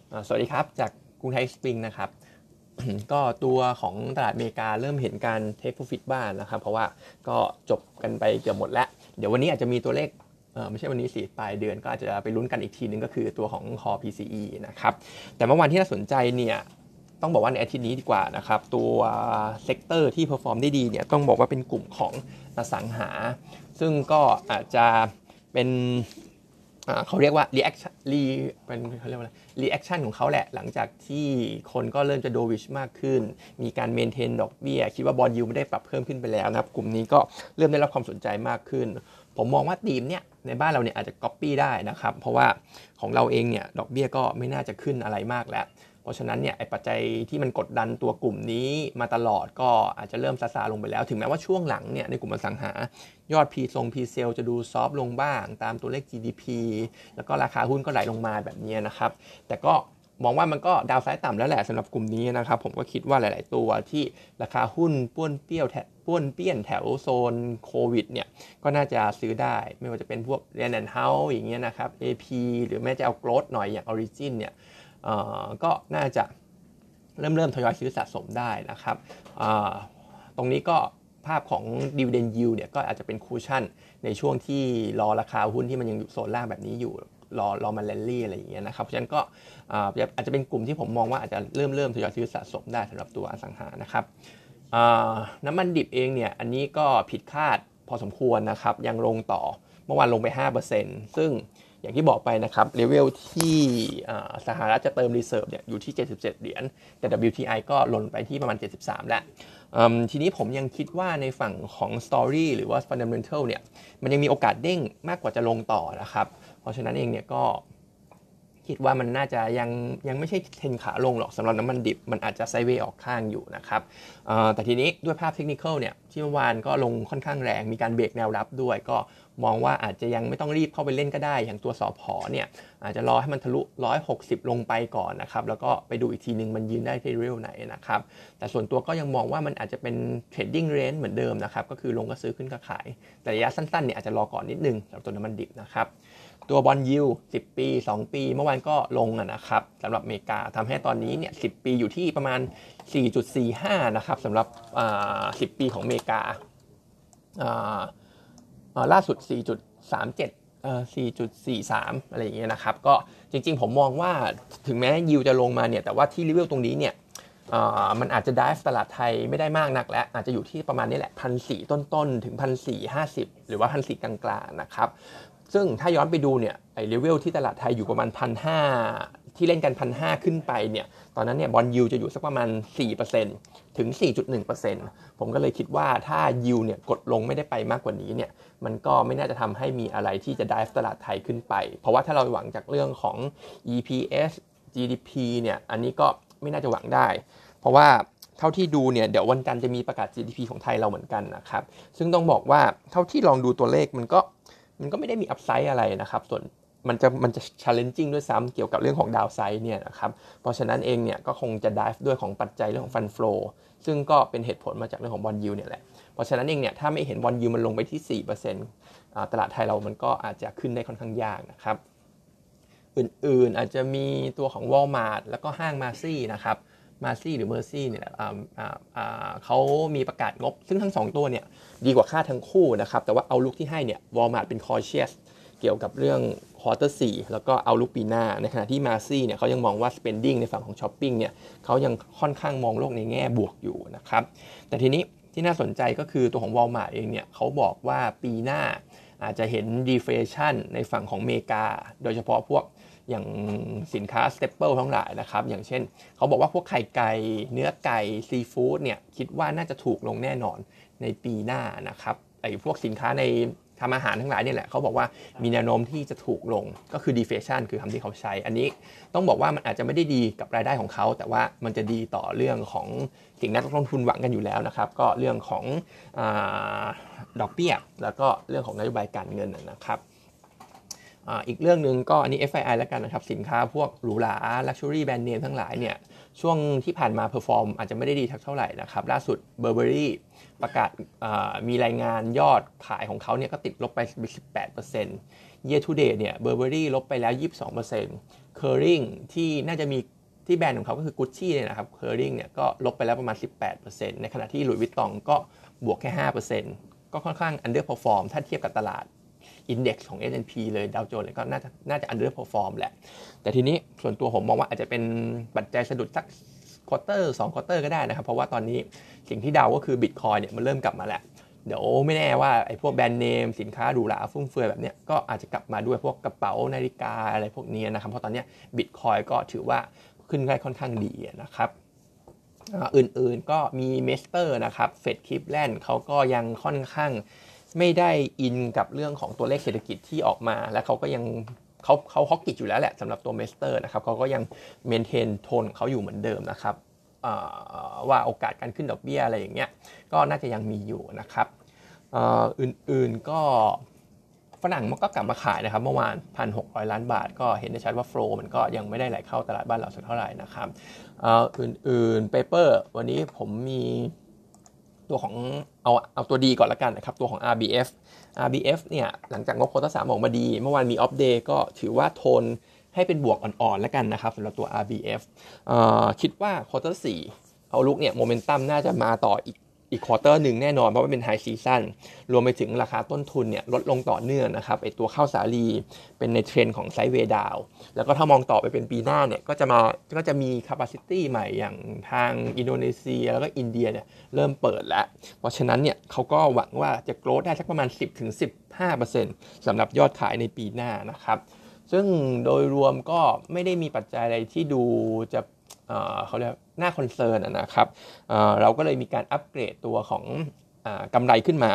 สวัสดีครับจากกรุงไทยสปริงนะครับก็ตัวของตลาดอเมริกาเริ่มเห็นการ take profit บ้างนะครับเพราะว่าก็จบกันไปเกือบหมดแล้วเดี๋ยววันนี้อาจจะมีตัวเลขไม่ใช่วันนี้สิปลายเดือนก็อาจจะไปลุ้นกันอีกทีนึงก็คือตัวของ Core PCE นะครับแต่เมื่อวานที่น่าสนใจเนี่ยต้องบอกว่าในอาทิตย์นี้ดีกว่านะครับตัวเซกเตอร์ที่เพอร์ฟอร์มได้ดีเนี่ยต้องบอกว่าเป็นกลุ่มของอสังหาซึ่งก็อาจจะเป็นเขาเรียกว่า reaction เป็นเขาเรียกว่าอะไร reaction ของเขาแหละหลังจากที่คนก็เริ่มจะ dovish มากขึ้นมีการ maintain ดอกเบี้ยคิดว่า bond yield ไม่ได้ปรับเพิ่มขึ้นไปแล้วนะครับกลุ่มนี้ก็เริ่มได้รับความสนใจมากขึ้นผมมองว่าธีมเนี่ยในบ้านเราเนี่ยอาจจะ copy ได้นะครับเพราะว่าของเราเองเนี่ยดอกเบี้ยก็ไม่น่าจะขึ้นอะไรมากแล้วเพราะฉะนั้นเนี่ยไอ้ปัจจัยที่มันกดดันตัวกลุ่มนี้มาตลอดก็อาจจะเริ่มซาลงไปแล้วถึงแม้ว่าช่วงหลังเนี่ยในกลุ่มอสังหายอด P เซลจะดูซอฟลงบ้างตามตัวเลข GDP แล้วก็ราคาหุ้นก็ไหลลงมาแบบนี้นะครับแต่ก็มองว่ามันก็ดาวไซด์ต่ำแล้วแหละสำหรับกลุ่มนี้นะครับผมก็คิดว่าหลายๆตัวที่ราคาหุ้นป้วนเปี้ยนแถวโซนโควิดเนี่ยก็น่าจะซื้อได้ไม่ว่าจะเป็นพวก Land House อย่างเงี้ยนะครับ AP หรือแม้จะเอาโกรทหน่อยอย่าง Origin เนี่ยก็น่าจะเริ่มทยอยซื้อสะสมได้นะครับตรงนี้ก็ภาพของ Dividend Yield เนี่ยก็อาจจะเป็นคูชั่นในช่วงที่รอราคาหุ้นที่มันยังอยู่โซนล่างแบบนี้อยู่รอมันแรลลี่อะไรอย่างเงี้ยนะครับเพราะฉะนั้นก็อาจจะเป็นกลุ่มที่ผมมองว่าอาจจะเริ่มทยอยซื้อสะสมได้สำหรับตัวอสังหานะครับน้ำมันดิบเองเนี่ยอันนี้ก็ผิดคาดพอสมควรนะครับยังลงต่อเมื่อวานลงไป 5% ซึ่งอย่างที่บอกไปนะครับเลเวลที่สหรัฐจะเติมรีเซิร์ฟเนี่ยอยู่ที่77เหรียญแต่ WTI ก็ลงไปที่ประมาณ73แล้วทีนี้ผมยังคิดว่าในฝั่งของ Story หรือว่า Fundamental เนี่ยมันยังมีโอกาสเด้งมากกว่าจะลงต่อนะครับเพราะฉะนั้นเองเนี่ยก็คิดว่ามันน่าจะยังไม่ใช่เทรนขาลงหรอกสำหรับน้ำมันดิบมันอาจจะไซด์เวย์ออกข้างอยู่นะครับแต่ทีนี้ด้วยภาพเทคนิคเนี่ยที่เมื่อวานก็ลงค่อนข้างแรงมีการเบรกแนวรับด้วยก็มองว่าอาจจะยังไม่ต้องรีบเข้าไปเล่นก็ได้อย่างตัวสผเนี่ยอาจจะรอให้มันทะลุ160ลงไปก่อนนะครับแล้วก็ไปดูอีกทีนึงมันยืนได้ที่เรเวลไหนนะครับแต่ส่วนตัวก็ยังมองว่ามันอาจจะเป็นเทรดดิ้งเรนจ์เหมือนเดิมนะครับก็คือลงก็ซื้อขึ้นก็ขายแต่ระยะสั้นๆเนี่ยอาจจะรอก่อนนิดนึงสำหรับตัวน้ำมันดิบนะครับตัวบอนด์ยิลด์10 ปี 2 ปีเมื่อวานก็ลงนะครับสำหรับอเมริกาทำให้ตอนนี้เนี่ย10 ปีอยู่ที่ประมาณ 4.45 นะครับสำหรับ10 ปีของอเมริกาล่าสุด 4.37 4.43 อะไรอย่างเงี้ยนะครับก็จริงๆผมมองว่าถึงแม้ยิวจะลงมาเนี่ยแต่ว่าที่เลเวลตรงนี้เนี่ยมันอาจจะดิฟตลาดไทยไม่ได้มากนักและอาจจะอยู่ที่ประมาณนี้แหละ 1,400 ต้นๆถึง 1,450 หรือว่า 1,400 กลางๆนะครับซึ่งถ้าย้อนไปดูเนี่ยไอ้เลเวลที่ตลาดไทยอยู่ประมาณ 1,500 ที่เล่นกัน 1,500 ขึ้นไปเนี่ยตอนนั้นเนี่ยบอนด์ยิลด์จะอยู่สักประมาณ 4% ถึง 4.1% ผมก็เลยคิดว่าถ้ายิลด์เนี่ยกดลงไม่ได้ไปมากกว่านี้เนี่ยมันก็ไม่น่าจะทำให้มีอะไรที่จะดิฟตลาดไทยขึ้นไปเพราะว่าถ้าเราหวังจากเรื่องของ EPS GDP เนี่ยอันนี้ก็ไม่น่าจะหวังได้เพราะว่าเท่าที่ดูเนี่ยเดี๋ยววันจันทร์จะมีประกาศ GDP ของไทยเราเหมือนกันนะครับซึ่งต้องบอกว่าเท่าที่ลองดูตัวเลขมันก็ไม่ได้มีอัพไซด์อะไรนะครับส่วนมันจะ challenging ด้วยซ้ำเกี่ยวกับเรื่องของดาวไซด์เนี่ยนะครับเพราะฉะนั้นเองเนี่ยก็คงจะ dive ด้วยของปัจจัยเรื่องของ fund flow ซึ่งก็เป็นเหตุผลมาจากเรื่องของ bond yield เนี่ยแหละเพราะฉะนั้นเองเนี่ยถ้าไม่เห็น bond yield มันลงไปที่ 4% ตลาดไทยเรามันก็อาจจะขึ้นได้ค่อนข้างยากนะครับอื่นๆอาจจะมีตัวของ Walmart แล้วก็ห้าง Macy นะครับมาซี่หรือเมอร์ซี่เนี่ยเขามีประกาศงบซึ่งทั้ง2ตัวเนี่ยดีกว่าคาดทั้งคู่นะครับแต่ว่าเอาลุกที่ให้เนี่ยวอลมาร์ทเป็น cautious เกี่ยวกับเรื่อง quarter 4แล้วก็เอาลุกปีหน้าในขณะที่มาซี่เนี่ยเขายังมองว่า spending ในฝั่งของ shopping เนี่ยเขายังค่อนข้างมองโลกในแง่บวกอยู่นะครับแต่ทีนี้ที่น่าสนใจก็คือตัวของ Walmart เองเนี่ยเขาบอกว่าปีหน้าอาจจะเห็น deflation ในฝั่งของอเมริกาโดยเฉพาะพวกอย่างสินค้าสเตปเปิลทั้งหลายนะครับอย่างเช่นเขาบอกว่าพวกไข่ไก่เนื้อไก่ซีฟู้ดเนี่ยคิดว่าน่าจะถูกลงแน่นอนในปีหน้านะครับไอ้พวกสินค้าในทำอาหารทั้งหลายเนี่ยแหละเขาบอกว่ามีแนวโน้มที่จะถูกลงก็คือ deflation คือคำที่เขาใช้อันนี้ต้องบอกว่ามันอาจจะไม่ได้ดีกับรายได้ของเขาแต่ว่ามันจะดีต่อเรื่องของสิ่งนักลงทุนหวังกันอยู่แล้วนะครับก็เรื่องของดอกเบี้ยแล้วก็เรื่องของนโยบายการเงินนะครับอีกเรื่องนึงก็อันนี้ FYI แล้วกันนะครับสินค้าพวกหรูหรา Luxury Brand Name ทั้งหลายเนี่ยช่วงที่ผ่านมาเพอร์ฟอร์มอาจจะไม่ได้ดีเท่าไหร่นะครับล่าสุด Burberry ประกาศมีรายงานยอดขายของเขาเนี่ยก็ติดลบไป 18% Year to date เนี่ย Burberry ลบไปแล้ว 22% Kering ที่น่าจะมีที่แบรนด์ของเขาก็คือ Gucci เนี่ยนะครับ Kering เนี่ยก็ลบไปแล้วประมาณ 18% ในขณะที่ Louis Vuitton ก็บวกแค่ 5% ก็ค่อนข้าง underperform ถ้าเทียบกับตลาด index ของ S&P เลยดาวโจนส์เลยก็น่าจะ underperform แหละแต่ทีนี้ส่วนตัวผมมองว่าอาจจะเป็นปัจจัยสะดุดสักควอเตอร์2ควอเตอร์ก็ได้นะครับเพราะว่าตอนนี้สิ่งที่เดาก็คือ Bitcoin เนี่ยมันเริ่มกลับมาแล้วเดี๋ยวไม่แน่ว่าไอ้พวกแบรนด์เนมสินค้าหรูหราฟุ่มเฟือยแบบเนี้ยก็อาจจะกลับมาด้วยพวกกระเป๋านาฬิกาอะไรพวกนี้นะครับเพราะตอนนี้ Bitcoin ก็ถือว่าขึ้นได้ค่อนข้างดีนะครับอื่นๆก็มีเมสเตอร์นะครับเฟดคลิปแลนด์เขาก็ยังค่อนข้างไม่ได้อินกับเรื่องของตัวเลขเศรษฐกิจที่ออกมาและเขาก็ยังเขาฮอกกิจอยู่แล้วแหละสำหรับตัวเมสเตอร์นะครับเขาก็ยังเมนเทนโทนของเขาอยู่เหมือนเดิมนะครับว่าโอกาสการขึ้นดอกเบี้ยอะไรอย่างเงี้ยก็น่าจะยังมีอยู่นะครับอื่นๆก็ฝรั่งมันก็กลับมาขายนะครับเมื่อวาน 1,600 ล้านบาทก็เห็นได้ชัดว่าโฟลว์มันก็ยังไม่ได้ไหลเข้าตลาดบ้านเราสักเท่าไหร่นะครับอื่นๆเปเปอร์วันนี้ผมมีตัวของเอาตัวดีก่อนละกันนะครับตัวของ RBF เนี่ยหลังจากงบควอเตอร์3ออกมาดีเมื่อวานมีออฟเดย์ก็ถือว่าโทนให้เป็นบวกอ่อนๆแล้วกันนะครับสำหรับตัว RBF คิดว่าควอเตอร์4เอาลุกเนี่ยโมเมนตัมน่าจะมาต่ออีกควอเตอร์หนึ่งแน่นอนเพราะว่าเป็นไฮซีซั่นรวมไปถึงราคาต้นทุนเนี่ยลดลงต่อเนื่องนะครับไอตัวข้าวสาลีเป็นในเทรนด์ของไซด์เวย์ดาวแล้วก็ถ้ามองต่อไปเป็นปีหน้าเนี่ยก็จะมี capacity ใหม่อย่างทางอินโดนีเซียแล้วก็อินเดียเนี่ยเริ่มเปิดแล้วเพราะฉะนั้นเนี่ยเขาก็หวังว่าจะโกรธได้สักประมาณ 10-15% สำหรับยอดขายในปีหน้านะครับซึ่งโดยรวมก็ไม่ได้มีปัจจัยอะไรที่ดูจะเขาเรียกน่าคอนเซิร์นนะครับเราก็เลยมีการอัปเกรดตัวของกำไรขึ้นมา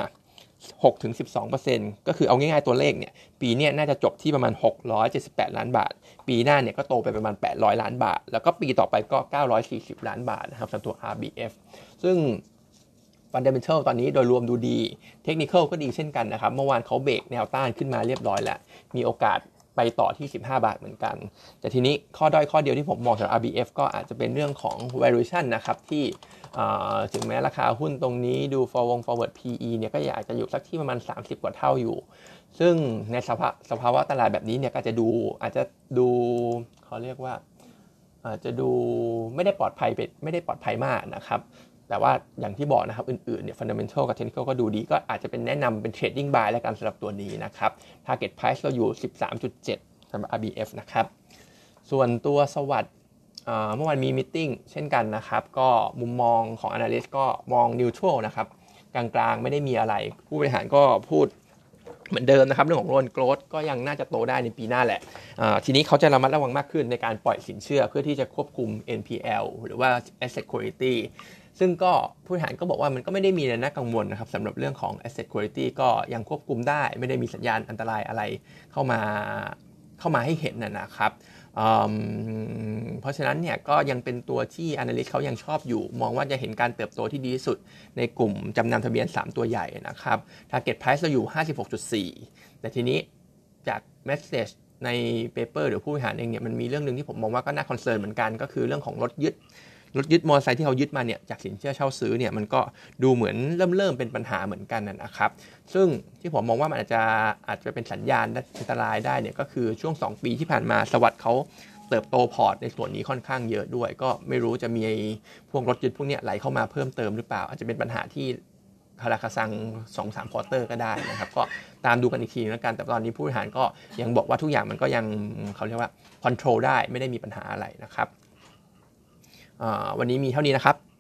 6-12% ก็คือเอาง่ายๆตัวเลขเนี่ยปีนี้น่าจะจบที่ประมาณ678ล้านบาทปีหน้าเนี่ยก็โตไปประมาณ800ล้านบาทแล้วก็ปีต่อไปก็940ล้านบาทนะครับสำหรับตัว RBF ซึ่ง Fundamental ตอนนี้โดยรวมดูดี Technical ก็ดีเช่นกันนะครับเมื่อวานเขาเบรกแนวต้านขึ้นมาเรียบร้อยแล้วมีโอกาสไปต่อที่15 บาทเหมือนกันแต่ทีนี้ข้อด้อยข้อเดียวที่ผมมองสำหรับ RBF ก็อาจจะเป็นเรื่องของ valuation นะครับที่ถึงแม้ราคาหุ้นตรงนี้ดู forward PE เนี่ยก็อาจจะอยู่สักที่ประมาณ30กว่าเท่าอยู่ซึ่งในสภาวะตลาดแบบนี้เนี่ยก็อาจจะดูเขาเรียกว่าอาจจะดูไม่ได้ปลอดภัยมากนะครับแต่ว่าอย่างที่บอกนะครับอื่นๆเนี่ย fundamental กับ technical ก็ดูดีก็อาจจะเป็นแนะนำเป็น trading buy แล้วกันสำหรับตัวนี้นะครับ target price เราอยู่ 13.7 สำหรับ RBF นะครับส่วนตัวสวัสด์เมื่อวานมีมีตติ้งเช่นกันนะครับก็มุมมองของ analyst ก็มอง neutral นะครับกลางๆไม่ได้มีอะไรผู้บริหารก็พูดเหมือนเดิมนะครับเรื่องของ loan growth ก็ยังน่าจะโตได้ในปีหน้าแหละทีนี้เขาจะระมัดระวังมากขึ้นในการปล่อยสินเชื่อเพื่อที่จะควบคุม NPL หรือว่า asset quality ซึ่งก็ผู้บริหารก็บอกว่ามันก็ไม่ได้มีอะไรน่ากังวลนะครับสำหรับเรื่องของ asset quality ก็ยังควบคุมได้ไม่ได้มีสัญญาณอันตรายอะไรเข้ามาให้เห็นนะครับเพราะฉะนั้นเนี่ยก็ยังเป็นตัวที่ analyst เขายังชอบอยู่มองว่าจะเห็นการเติบโตที่ดีที่สุดในกลุ่มจำนำทะเบียน3ตัวใหญ่นะครับ target price เราอยู่ 56.4 แต่ทีนี้จาก message ใน paper หรือผู้บริหารเองเนี่ยมันมีเรื่องนึงที่ผมมองว่าก็น่าคอนเซิร์นเหมือนกันก็คือเรื่องของรถยึดมอเตอร์ไซค์ที่เขายึดมาเนี่ยจากสินเชื่อเช่าซื้อเนี่ยมันก็ดูเหมือนเริ่มเป็นปัญหาเหมือนกันนะครับซึ่งที่ผมมองว่ามันอาจจะเป็นสัญญาณอันตรายได้เนี่ยก็คือช่วง2ปีที่ผ่านมาสวัสด์เขาเติบโตพอร์ตในส่วนนี้ค่อนข้างเยอะด้วยก็ไม่รู้จะมีพวกรถยึดพวกนี้ไหลเข้ามาเพิ่มเติมหรือเปล่าอาจจะเป็นปัญหาที่คาราคาซัง 2-3 ควอเตอร์ก็ได้นะครับก็ตามดูกันอีกทีแล้วกันแต่ตอนนี้ผู้บริหารก็ยังบอกว่าทุกอย่างมันก็ยังเขาเรียกว่าคอนโทรลได้ไม่ได้มีปัญหาอะไรนะครับวันนี้มีเท่านี้นะครับ